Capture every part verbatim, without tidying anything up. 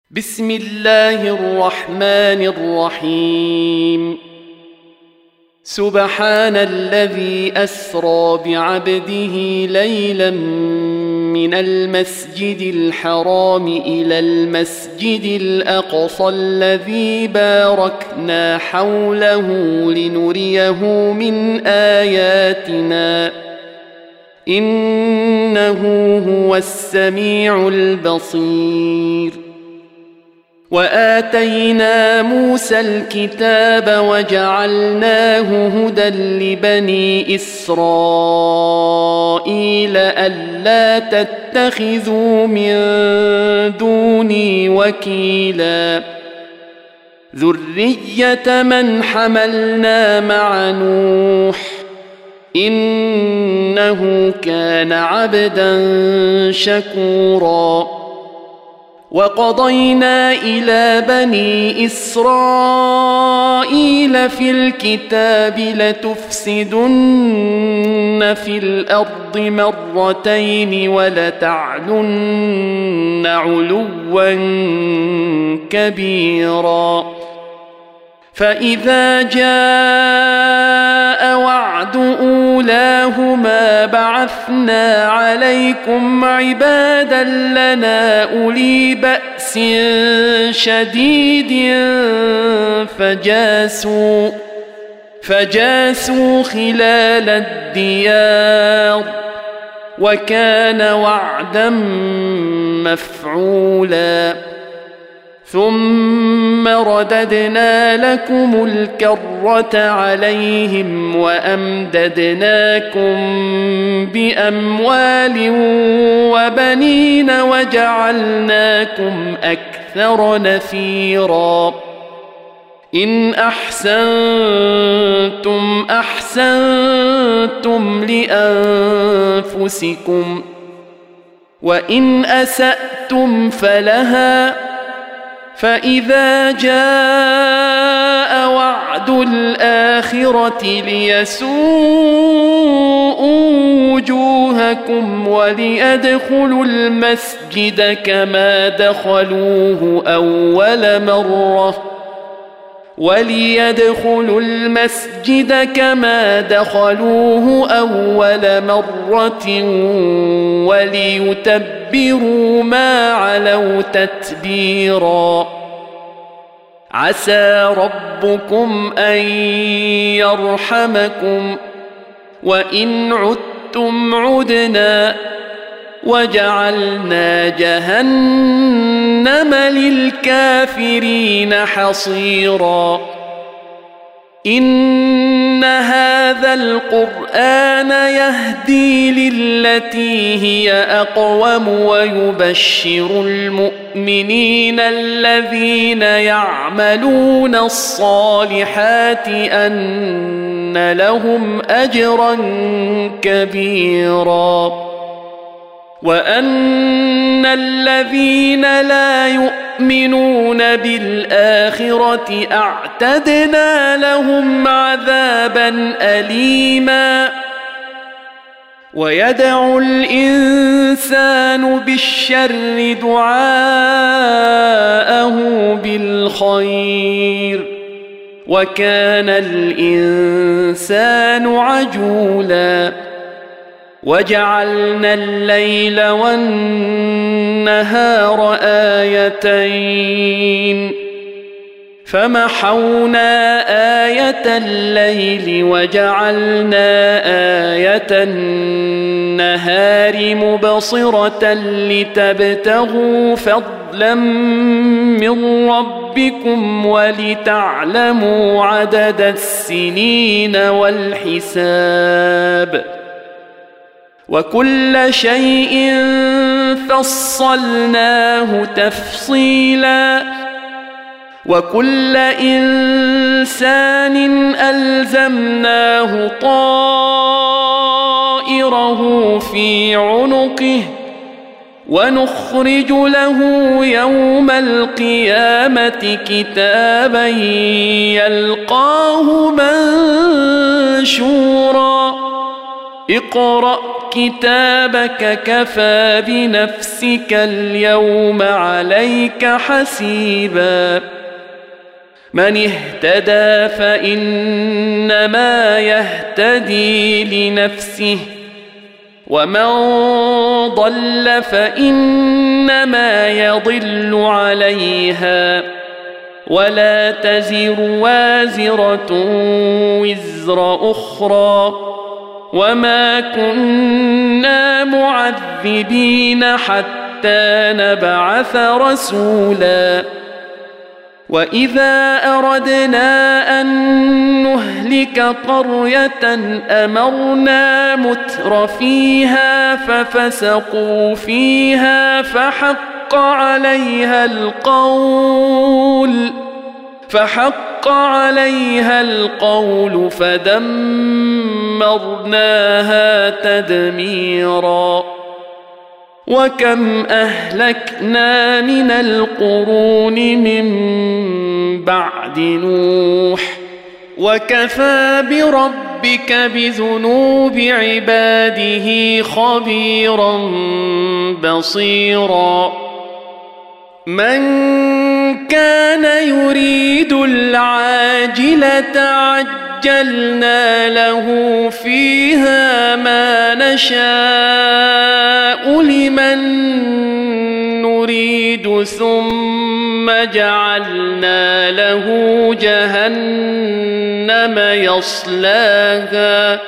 بسم الله الرحمن الرحيم. سبحان الذي أسرى بعبده ليلا من المسجد الحرام إلى المسجد الأقصى الذي باركنا حوله لنريه من آياتنا إنه هو السميع البصير. وآتينا موسى الكتاب وجعلناه هدى لبني إسرائيل ألا تتخذوا من دوني وكيلا ذرية من حملنا مع نوح إنه كان عبدا شكورا. وقضينا إلى بني إسرائيل في الكتاب لتفسدن في الأرض مرتين ولتعلن علوا كبيرا. فإذا جاء وعد أولاهما بعثنا عليكم عبادا لنا أولي بأس شديد فجاسوا فجاسوا خلال الديار وكان وعدا مفعولا. ثم رددنا لكم الكرة عليهم وأمددناكم بأموال وبنين وجعلناكم أكثر نفيرا. إن أحسنتم أحسنتم لأنفسكم وإن أسأتم فلها. فإذا جاء وعد الآخرة ليسوءوا وجوهكم وليدخلوا المسجد كما دخلوه أول مرة وليدخلوا المسجد كما دخلوه أول مرة وليتبروا ما علوا تتبيرا. عسى ربكم أن يرحمكم وإن عدتم عدنا وجعلنا جهنم للكافرين حصيرا. إن هذا القرآن يهدي للتي هي أقوم ويبشر المؤمنين الذين يعملون الصالحات أن لهم أجرا كبيرا وأن الذين لا يؤمنون بالآخرة أعتدنا لهم عذابا أليما. ويدعو الإنسان بالشر دعاءه بالخير وكان الإنسان عجولا. وجعلنا الليل والنهار آيتين فمحونا آية الليل وجعلنا آية النهار مبصرة لتبتغوا فضلا من ربكم ولتعلموا عدد السنين والحساب وكل شيء فصلناه تفصيلا. وكل إنسان ألزمناه طائره في عنقه ونخرج له يوم القيامة كتابا يلقاه منشورا. اقرأ كتابك كفى بنفسك اليوم عليك حسيبا من اهتدى فإنما يهتدي لنفسه ومن ضل فإنما يضل عليها ولا تزر وازرة وزر أخرى وما كنا معذبين حتى نبعث رسولا وإذا أردنا أن نهلك قرية أمرنا متر فيها ففسقوا فيها فحق عليها القول فحق عليها القول فدمرناها تدميرا وكم أهلكنا من القرون من بعد نوح وكفى بربك بذنوب عباده خبيرا بصيرا من كان يريد العاجلة عجلنا له فيها ما نشاء لمن نريد ثم جعلنا له جهنم يصلاها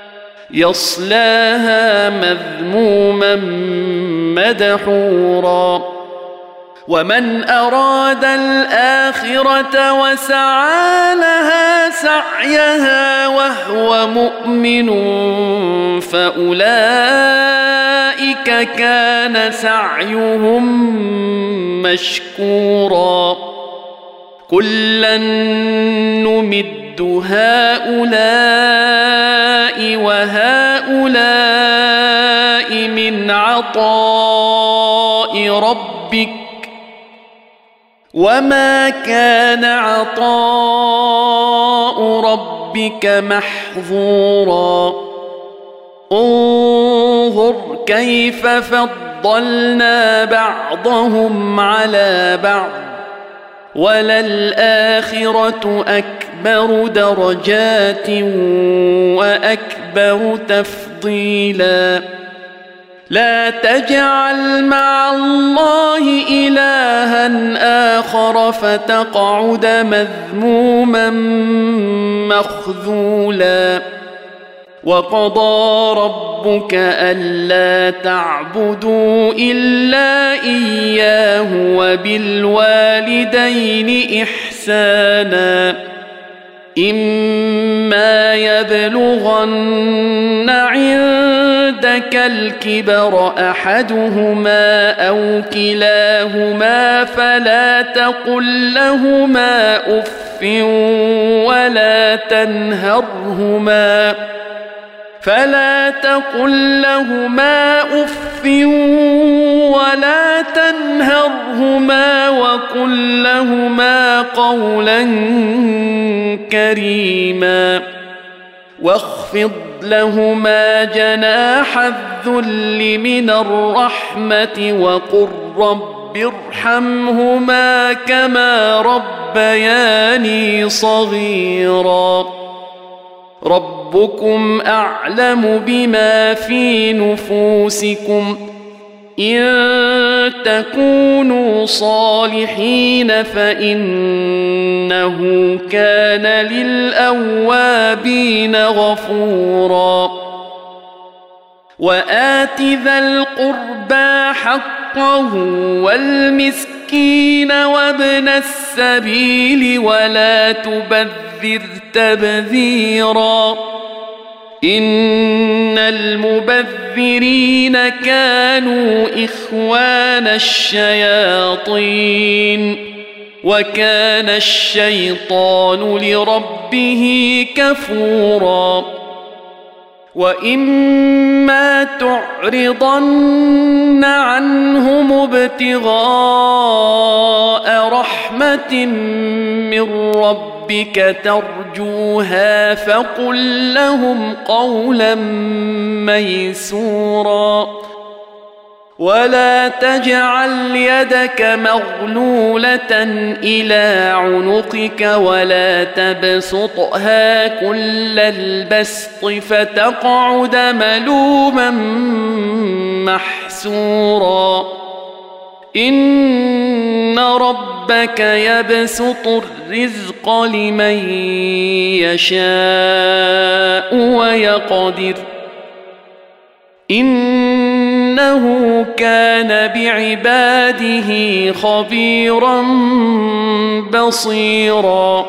يصلاها مذموما مدحورا ومن أراد الآخرة وسعى لها سعيها وهو مؤمن فأولئك كان سعيهم مشكورا كلا نمد هؤلاء وهؤلاء من عطاء ربك وما كان عطاء ربك محظورا انظر كيف فضلنا بعضهم على بعض وللآخرة أكبر درجات وأكبر تفضيلا لا تجعل مع الله إلها آخر فتقعد مذموما مخذولا وقضى ربك ألا تعبدوا إلا إياه وبالوالدين إحسانا إما يبلغن عندك الكبر أحدهما أو كلاهما فلا تقل لهما أف ولا تنهرهما فلا تقل لهما أف ولا تنهرهما وقل لهما قولا كريما واخفض لهما جناح الذل من الرحمة وقل رب ارحمهما كما ربياني صغيرا ربكم أعلم بما في نفوسكم إن تكونوا صالحين فإنه كان للأوابين غفورا وآت ذا القربى حقه والمسكين وابن السبيل ولا تبذر تبذيرا إن المبذرين كانوا إخوان الشياطين وكان الشيطان لربه كفورا وإما تعرضن عنهم ابتغاء رحمة رحمة من ربك ترجوها فقل لهم قولا ميسورا ولا تجعل يدك مغلولة إلى عنقك ولا تبسطها كل البسط فتقعد ملوما محسورا إن ربك يبسط الرزق لمن يشاء ويقدر إنه كان بعباده خبيرا بصيرا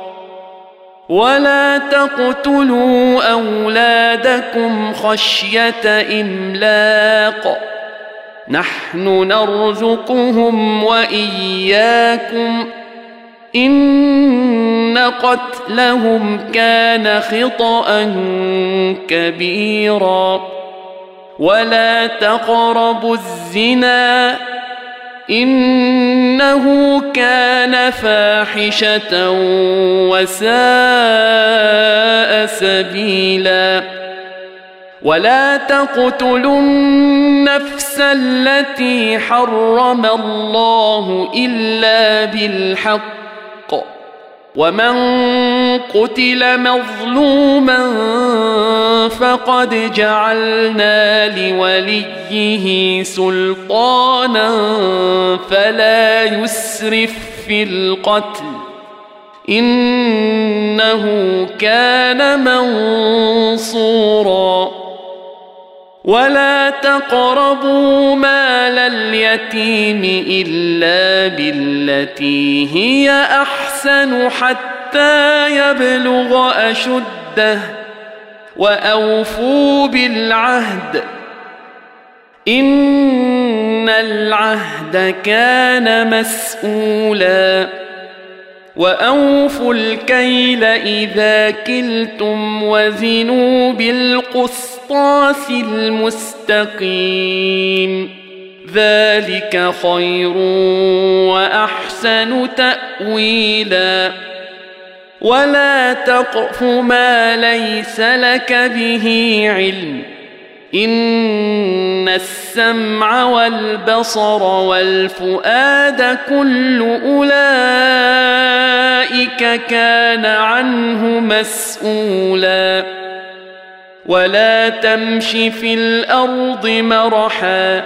ولا تقتلوا أولادكم خشية إملاق نحن نرزقهم وإياكم إن قتلهم كان خطأ كبيرا ولا تقربوا الزنا إنه كان فاحشة وساء سبيلا ولا تقتلوا النفس التي حرم الله إلا بالحق ومن قتل مظلوما فقد جعلنا لوليه سلطانا فلا يسرف في القتل إنه كان منصورا ولا تقربوا مال اليتيم إلا بالتي هي أحسن حتى يبلغ أشده وأوفوا بالعهد إن العهد كان مسؤولا وأوفوا الكيل إذا كلتم وزنوا بالقسطاس المستقيم ذلك خير وأحسن تأويلا ولا تقف ما ليس لك به علم إن السمع والبصر والفؤاد كل أولئك كان عنه مسؤولا ولا تمش في الأرض مرحا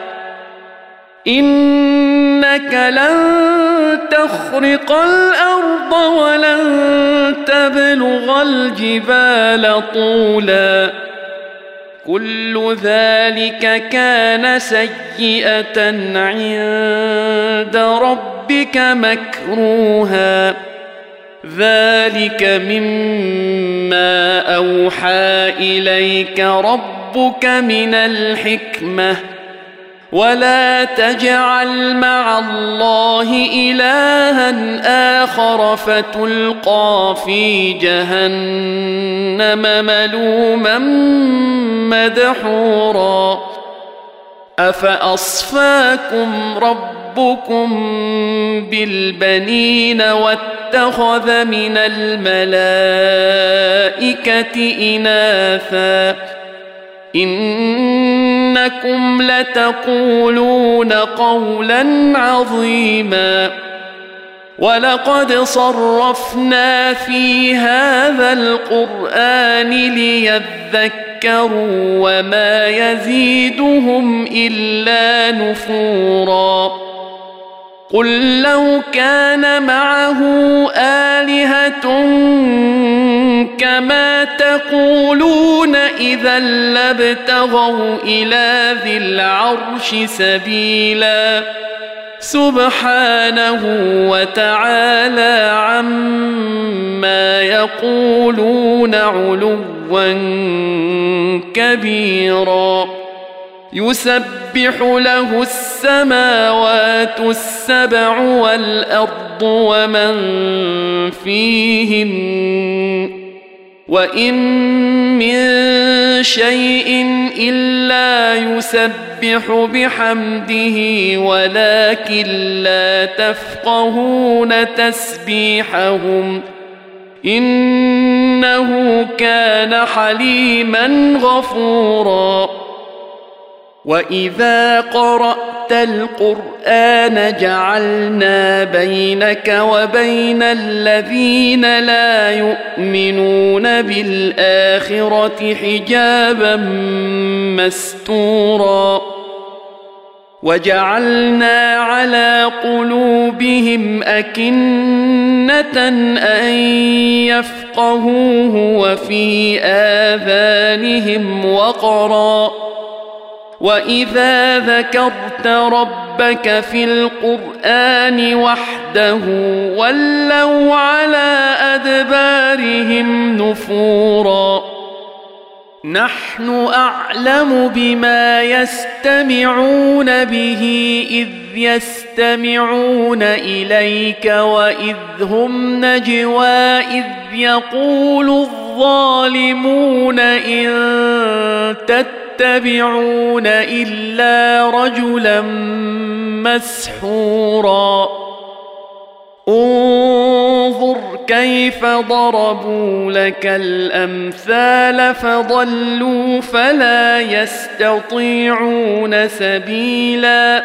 إنك لن تخرق الأرض ولن تبلغ الجبال طولا كل ذلك كان سيئة عند ربك مكروها ذلك مما أوحى إليك ربك من الحكمة ولا تجعل مع الله إلها آخر فتلقى في جهنم ملوما مدحورا أفأصفاكم ربكم بالبنين واتخذ من الملائكة إناثا إنكم لتقولون قولا عظيما ولقد صرفنا في هذا القرآن ليذكروا وما يزيدهم إلا نفورا قل لو كان معه آلهة كما تقولون إذا لابتغوا إلى ذي العرش سبيلا سبحانه وتعالى عما يقولون علوا كبيرا يسبح له السماوات السبع والأرض ومن فيهن وإن من شيء إلا يسبح بحمده ولكن لا تفقهون تسبيحهم إنه كان حليما غفورا وإذا قرأت القرآن جعلنا بينك وبين الذين لا يؤمنون بالآخرة حجابا مستورا وجعلنا على قلوبهم أكنة أن يفقهوه وفي آذانهم وقرا وإذا ذكرت ربك في القرآن وحده ولوا على أدبارهم نفورا نحن أعلم بما يستمعون به إذ يستمعون إليك وإذ هم نجوى إذ يقول الظالمون إن تتبعون إلا رجلا مسحورا انظر كيف ضربوا لك الأمثال فضلوا فلا يستطيعون سبيلا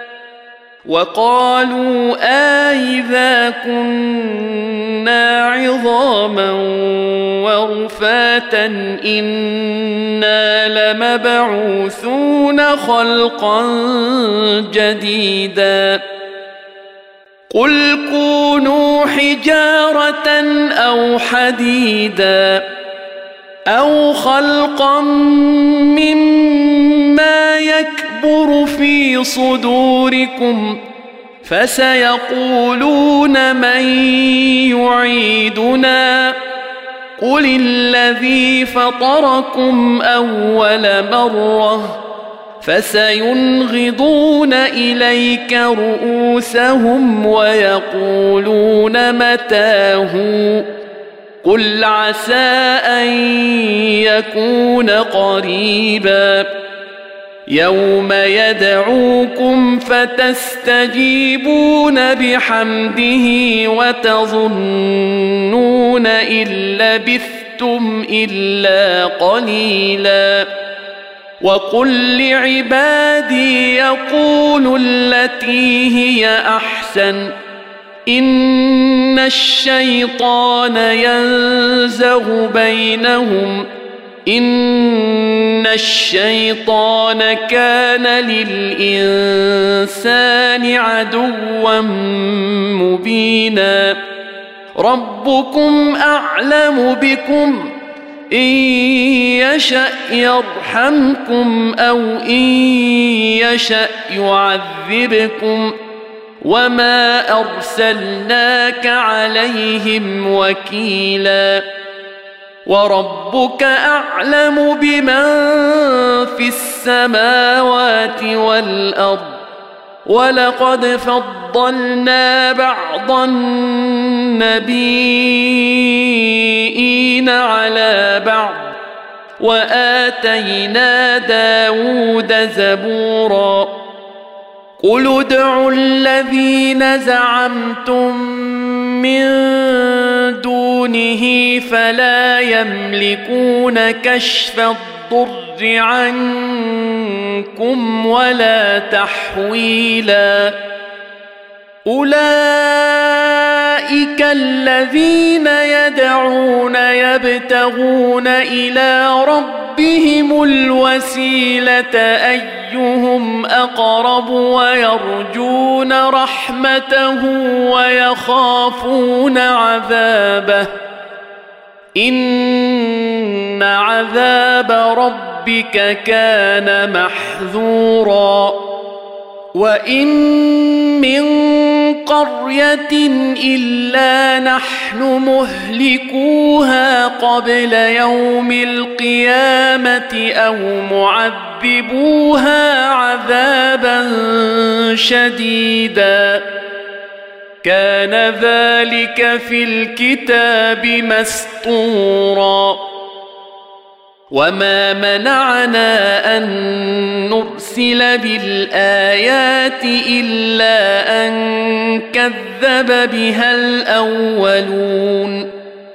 وقالوا آئذا كنا عظاما ورفاتا إنا لمبعوثون خلقا جديدا قل كونوا حجارة أو حديدا أو خلقا مما يكبر في صدوركم فسيقولون من يعيدنا قل الذي فطركم أول مرة فسينغضون إليك رؤوسهم ويقولون متاه قل عسى أن يكون قريبا يوم يدعوكم فتستجيبون بحمده وتظنون إن لبثتم إلا قليلا وقل لعبادي يقولوا التي هي أحسن إن الشيطان ينزغ بينهم إن الشيطان كان للإنسان عدوا مبينا ربكم أعلم بكم إن يشأ يرحمكم أو إن يشأ يعذبكم وما أرسلناك عليهم وكيلا وربك أعلم بمن في السماوات والأرض ولقد فضلنا بعض النبيين على بعض وآتينا داود زبورا قل ادعوا الذين زعمتم من دونه فلا يملكون كشف الضر عنكم ولا تحويلا أولئك الذين يدعون يبتغون إلى ربهم الوسيلة أيهم أقرب ويرجون رحمته ويخافون عذابه إن عذاب ربك كان محذورا وإن من قرية إلا نحن مهلكوها قبل يوم القيامة أو معذبوها عذابا شديدا كان ذلك في الكتاب مسطورا وما منعنا أن نرسل بالآيات إلا أن كذب بها الأولون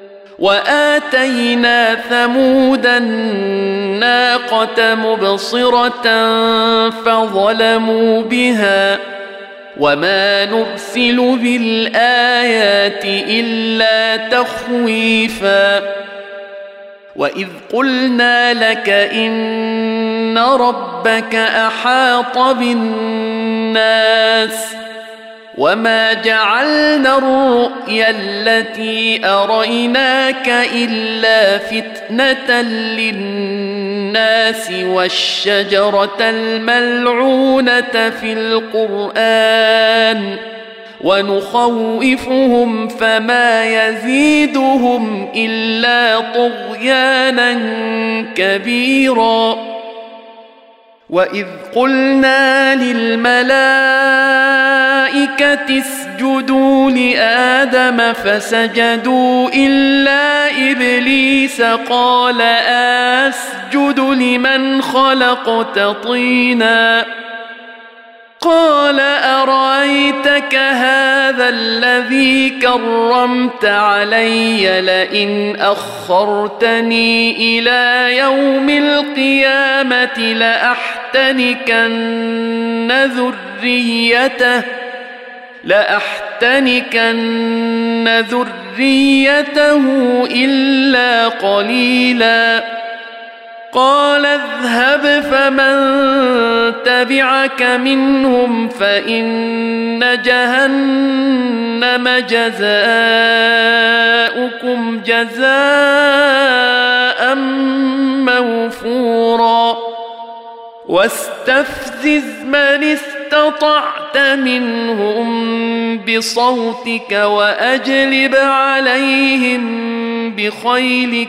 وآتينا ثمود الناقة مبصرة فظلموا بها وما نرسل بالآيات إلا تخويفا وإذ قلنا لك إن ربك أحاط بالناس وما جعلنا الرؤيا التي أريناك إلا فتنة للناس والشجرة الملعونة في القرآن ونخوفهم فما يزيدهم إلا طغيانا كبيرا وإذ قلنا للملائكة اسجدوا لآدم فسجدوا إلا إبليس قال أسجد لمن خلقت طينا قال أرأيتك هذا الذي كرمت علي لئن أخرتني إلى يوم القيامة لأحتنكن ذريته لأحتنكن ذريته إلا قليلا قال اذهب فمن تبعك منهم فإن جهنم جزاؤكم جزاء موفورا واستفزز من استطعت منهم بصوتك وأجلب عليهم بخيلك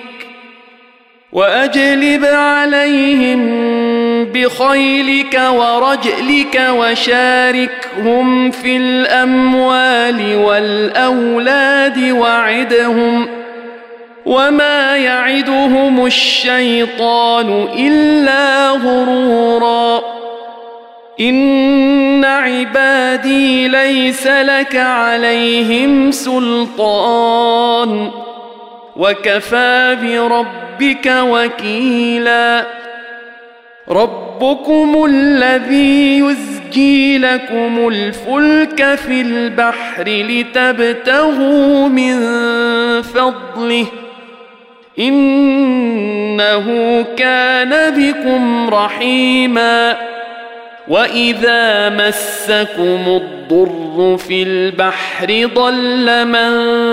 وأجلب عليهم بخيلك ورجلك وشاركهم في الأموال والأولاد وعدهم وما يعدهم الشيطان إلا غرورا إن عبادي ليس لك عليهم سلطان وكفى بربك وكيلا ربكم الذي يزجي لكم الفلك في البحر لتبتغوا من فضله إنه كان بكم رحيما وإذا مسكم الضر في البحر ضل من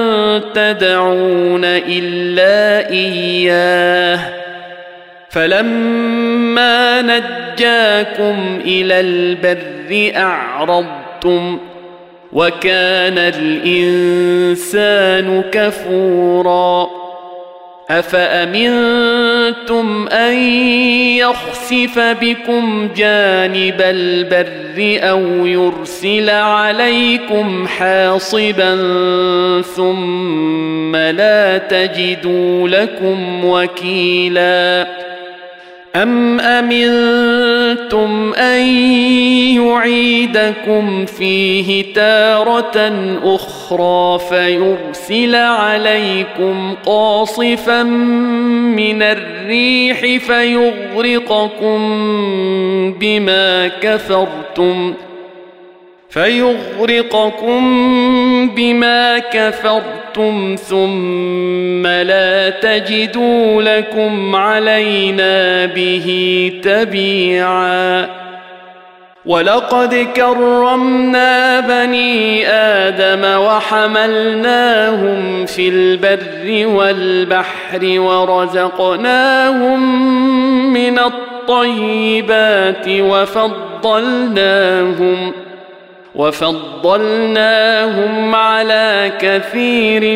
تدعون إلا إياه فلما نجاكم إلى البر أعرضتم وكان الإنسان كفورا أفأمنتم أن يخسف بكم جانب البر أو يرسل عليكم حاصبا ثم لا تجدوا لكم وكيلا أم أمنتم أن يعيدكم فيه تارة أخرى فيرسل عليكم قاصفا من الريح فيغرقكم بما كفرتم فيغرقكم بما كفرتم ثم لا تجدوا لكم علينا به تبيعا ولقد كرمنا بني آدم وحملناهم في البر والبحر ورزقناهم من الطيبات وفضلناهم وفضلناهم على كثير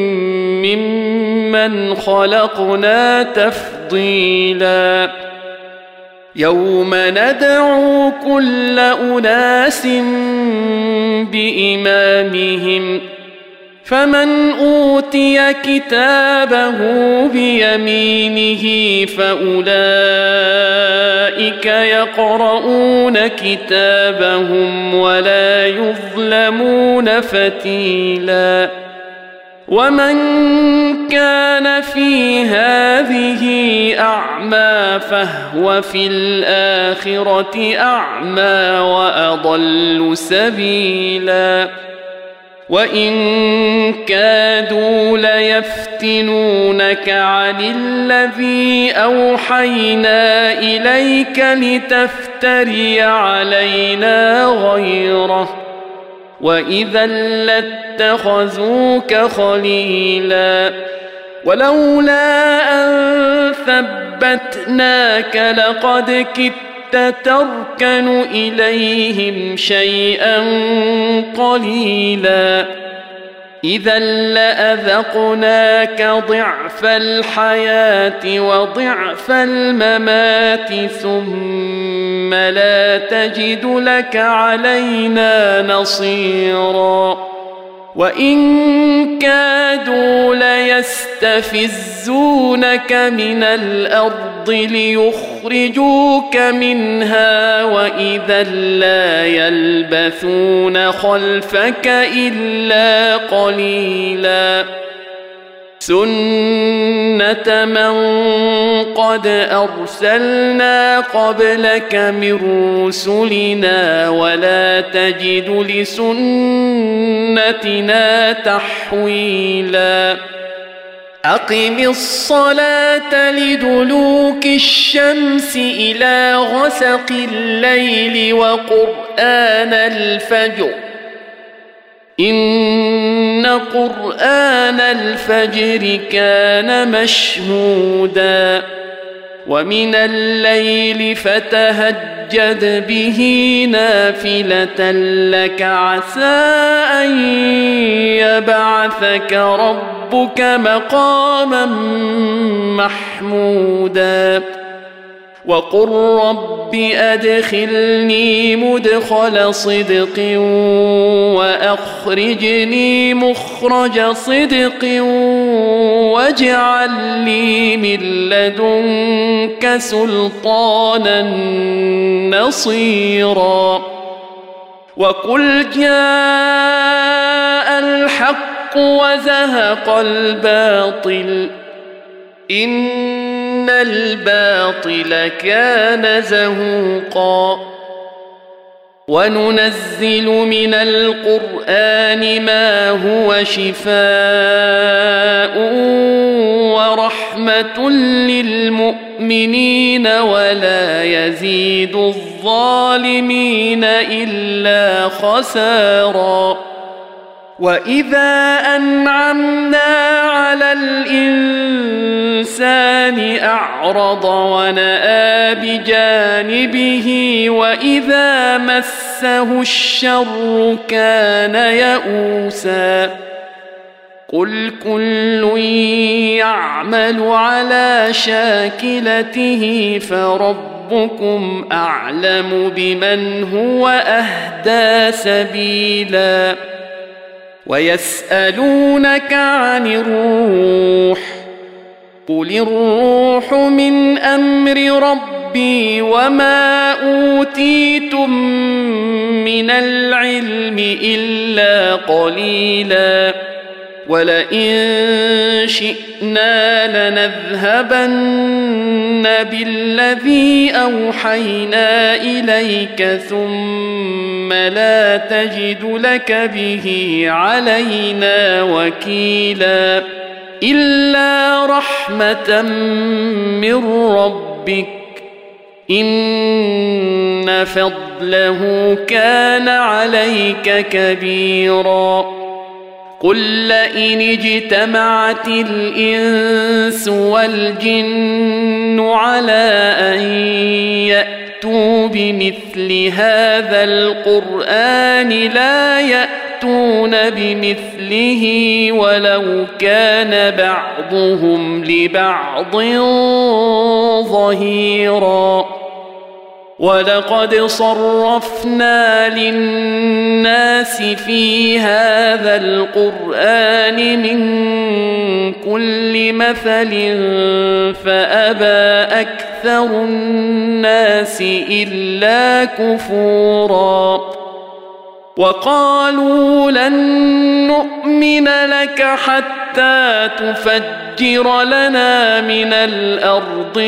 ممن خلقنا تفضيلا يوم ندعو كل أناس بإمامهم فمن أوتي كتابه بيمينه فأولئك يقرؤون كتابهم ولا يظلمون فتيلا ومن كان في هذه أعمى فهو في الآخرة أعمى وأضل سبيلا وإن كادوا ليفتنونك عن الذي أوحينا إليك لتفتري علينا غيره وإذا لاتخذوك خليلا ولولا أن ثبتناك لقد كدت تركن إليهم شيئا قليلا إذا لأذقناك ضعف الحياة وضعف الممات ثم لا تجد لك علينا نصيرا وإن كادوا ليستفزونك من الأرض ليخرجوك منها وإذا لا يلبثون خلفك إلا قليلا سنة من قد أرسلنا قبلك من رسلنا ولا تجد لسنتنا تحويلا أقم الصلاة لدلوك الشمس إلى غسق الليل وقرآن الفجر إن قرآن الفجر كان مشهودا ومن الليل فتهجد به نافلة لك عسى أن يبعثك ربك مقاما محمودا وقل رب أدخلني مدخل صدق وأخرجني مخرج صدق واجعل لي من لدنك سلطانا نصيرا وقل جاء الحق وزهق الباطل إن الباطل كان زهوقا وننزل من القرآن ما هو شفاء ورحمة للمؤمنين ولا يزيد الظالمين إلا خسارا وإذا أنعمنا على الإنسان أعرض ونأى بجانبه وإذا مسه الشر كان يئوسا قل كل يعمل على شاكلته فربكم أعلم بمن هو أهدى سبيلا ويسألونك عن الروح قل الروح من أمر ربي وما أوتيتم من العلم إلا قليلا ولئن شئنا لنذهبن بالذي أوحينا إليك ثم لا تجد لك به علينا وكيلا إلا رحمة من ربك إن فضله كان عليك كبيرا قل لئن اجتمعت الإنس والجن على أن يأتوا بمثل هذا القرآن لا يأتون بمثله ولو كان بعضهم لبعض ظهيرا ولقد صرفنا للناس في هذا القرآن من كل مثل فأبى أكثر الناس إلا كفورا وقالوا لن نؤمن لك حتى تفجر لنا من الأرض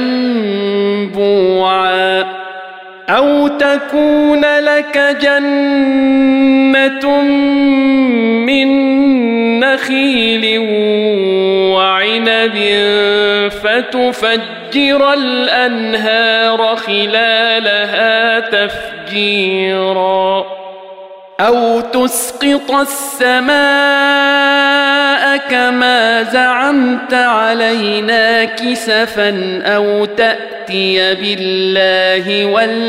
ينبوعا أو تكون لك جنة من نخيل وعنب فتفجر الأنهار خلالها تفجيرا أو تسقط السماء كما زعمت علينا كسفا أو تأتي بالله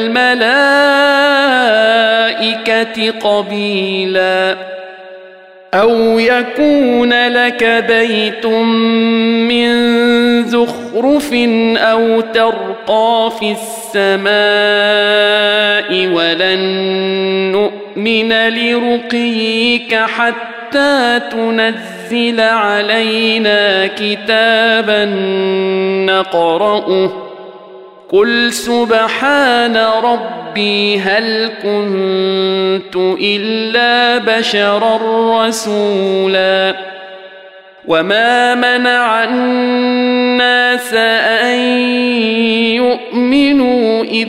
والملائكة قبيلا أو يكون لك بيت من زخرف أو ترقى في السماء ولن نؤمن لرقيك حتى تنزل علينا كتابا نقرأه قل سبحان ربي هل كنت إلا بشرا رسولا وما منع الناس أن يؤمنوا إذ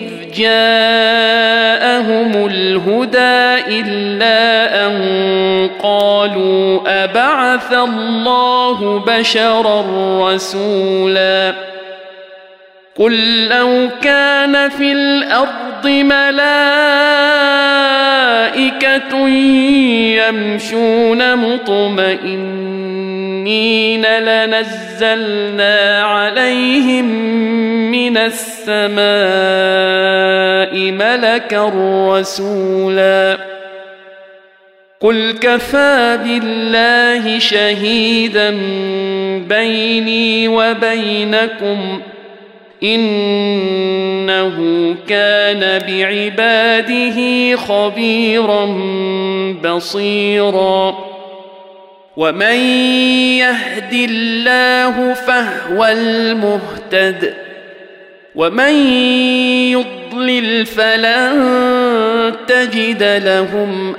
جاءهم الهدى إلا أن قالوا أبعث الله بشرا رسولا قل لو كان في الأرض ملائكة يمشون مطمئنين لنزلنا عليهم من السماء ملكا رسولا قل كفى بالله شهيدا بيني وبينكم إنه كان بعباده خبيرا بصيرا ومن يهد الله فهو المهتد ومن يضلل فلن تجد لهم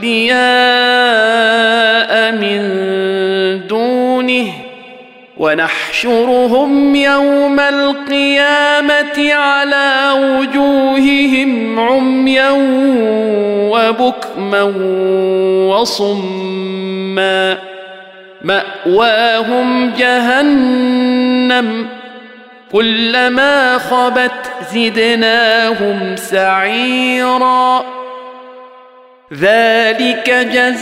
أولياء من دونه ونحشرهم يوم القيامة على وجوههم عميا وبكما وصما مأواهم جهنم كلما خبت زدناهم سعيرا ذلك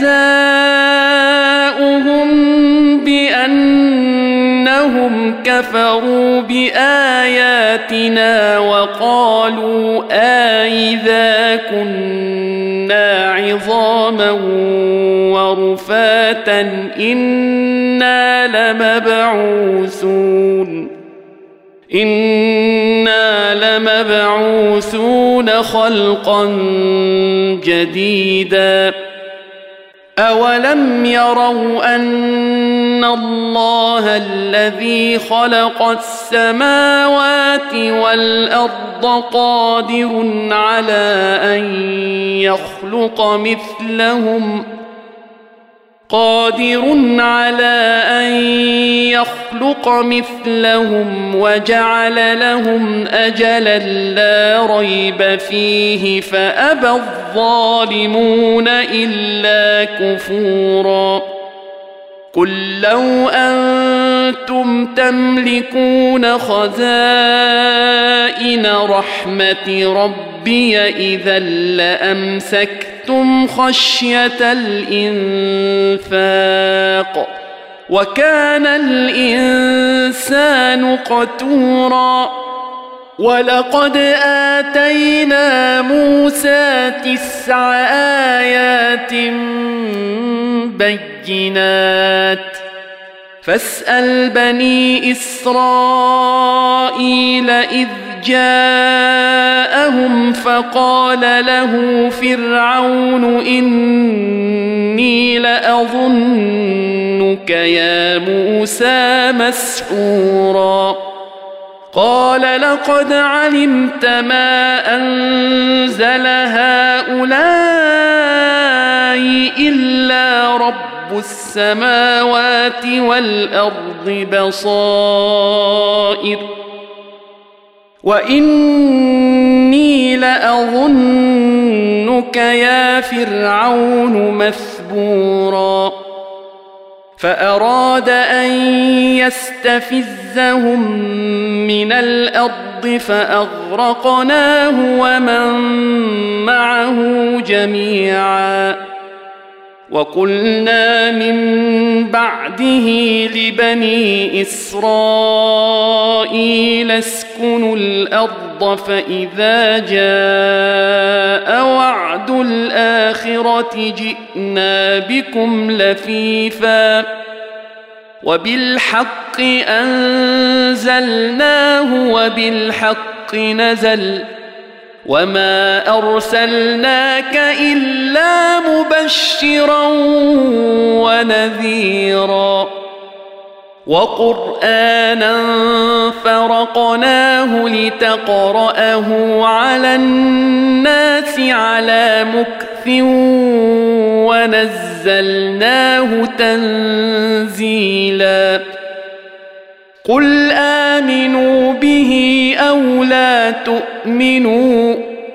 جزاؤهم بأنهم كفروا بآياتنا وقالوا أإذا كنا عظاما ورفاتا إنا لمبعوثون إنا لمبعوثون خلقا جديدا أولم يروا أن الله الذي خلق السماوات والأرض قادر على أن يخلق مثلهم قادر على أن يخلق مثلهم وجعل لهم أجلا لا ريب فيه فأبى الظالمون إلا كفورا قل لو أنتم تملكون خزائن رحمة ربي إذا لأمسكتم خشية الإنفاق وكان الإنسان قتورا ولقد آتينا موسى تسع آيات بينات فاسأل بني إسرائيل إذ جاءهم فقال له فرعون إني لأظنك يا موسى مسحورا قال لقد علمت ما أنزل هؤلاء إلا رب السماوات والأرض بصائر وإني لأظنك يا فرعون مثبورا فأراد أن يستفزهم من الأرض فأغرقناه ومن معه جميعا وقلنا من بعده لبني إسرائيل اسكنوا الأرض فإذا جاء وعد الآخرة جئنا بكم لفيفا وبالحق أنزلناه وبالحق نزل وما أرسلناك إلا مبشرا ونذيرا وقرآنا فرقناه لتقرأه على الناس على مكث ونزلناه تنزيلا قل آمنوا به أو لا تؤمنوا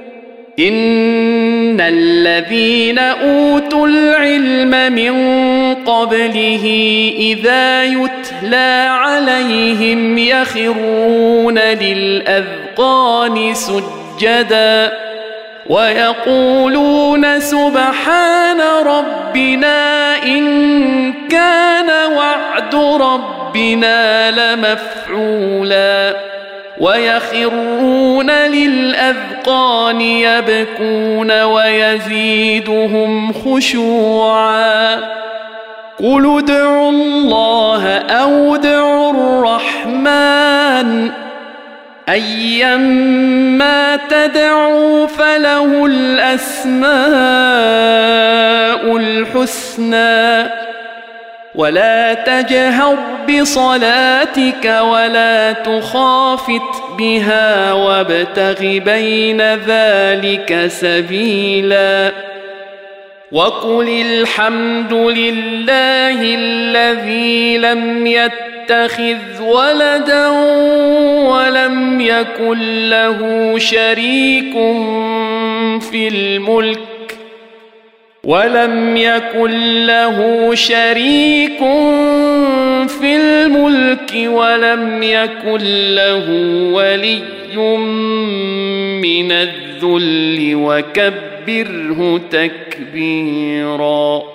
إن الذين أوتوا العلم من قبله إذا يتلى عليهم يخرون للأذقان سجدا ويقولون سبحان ربنا إن كان وعد ربنا لمفعولا ويخرون للأذقان يبكون ويزيدهم خشوعا قل ادعوا الله أو ادعوا الرحمن أيما تدعوا فله الأسماء الحسنى ولا تجهر بصلاتك ولا تخافت بها وابتغ بين ذلك سبيلا وقل الحمد لله الذي لم يتخذ ولدا ولم يكن له شريك في الملك ولم يكن له شريك في الملك ولم يكن له ولي من الذل وكبره تكبيرا.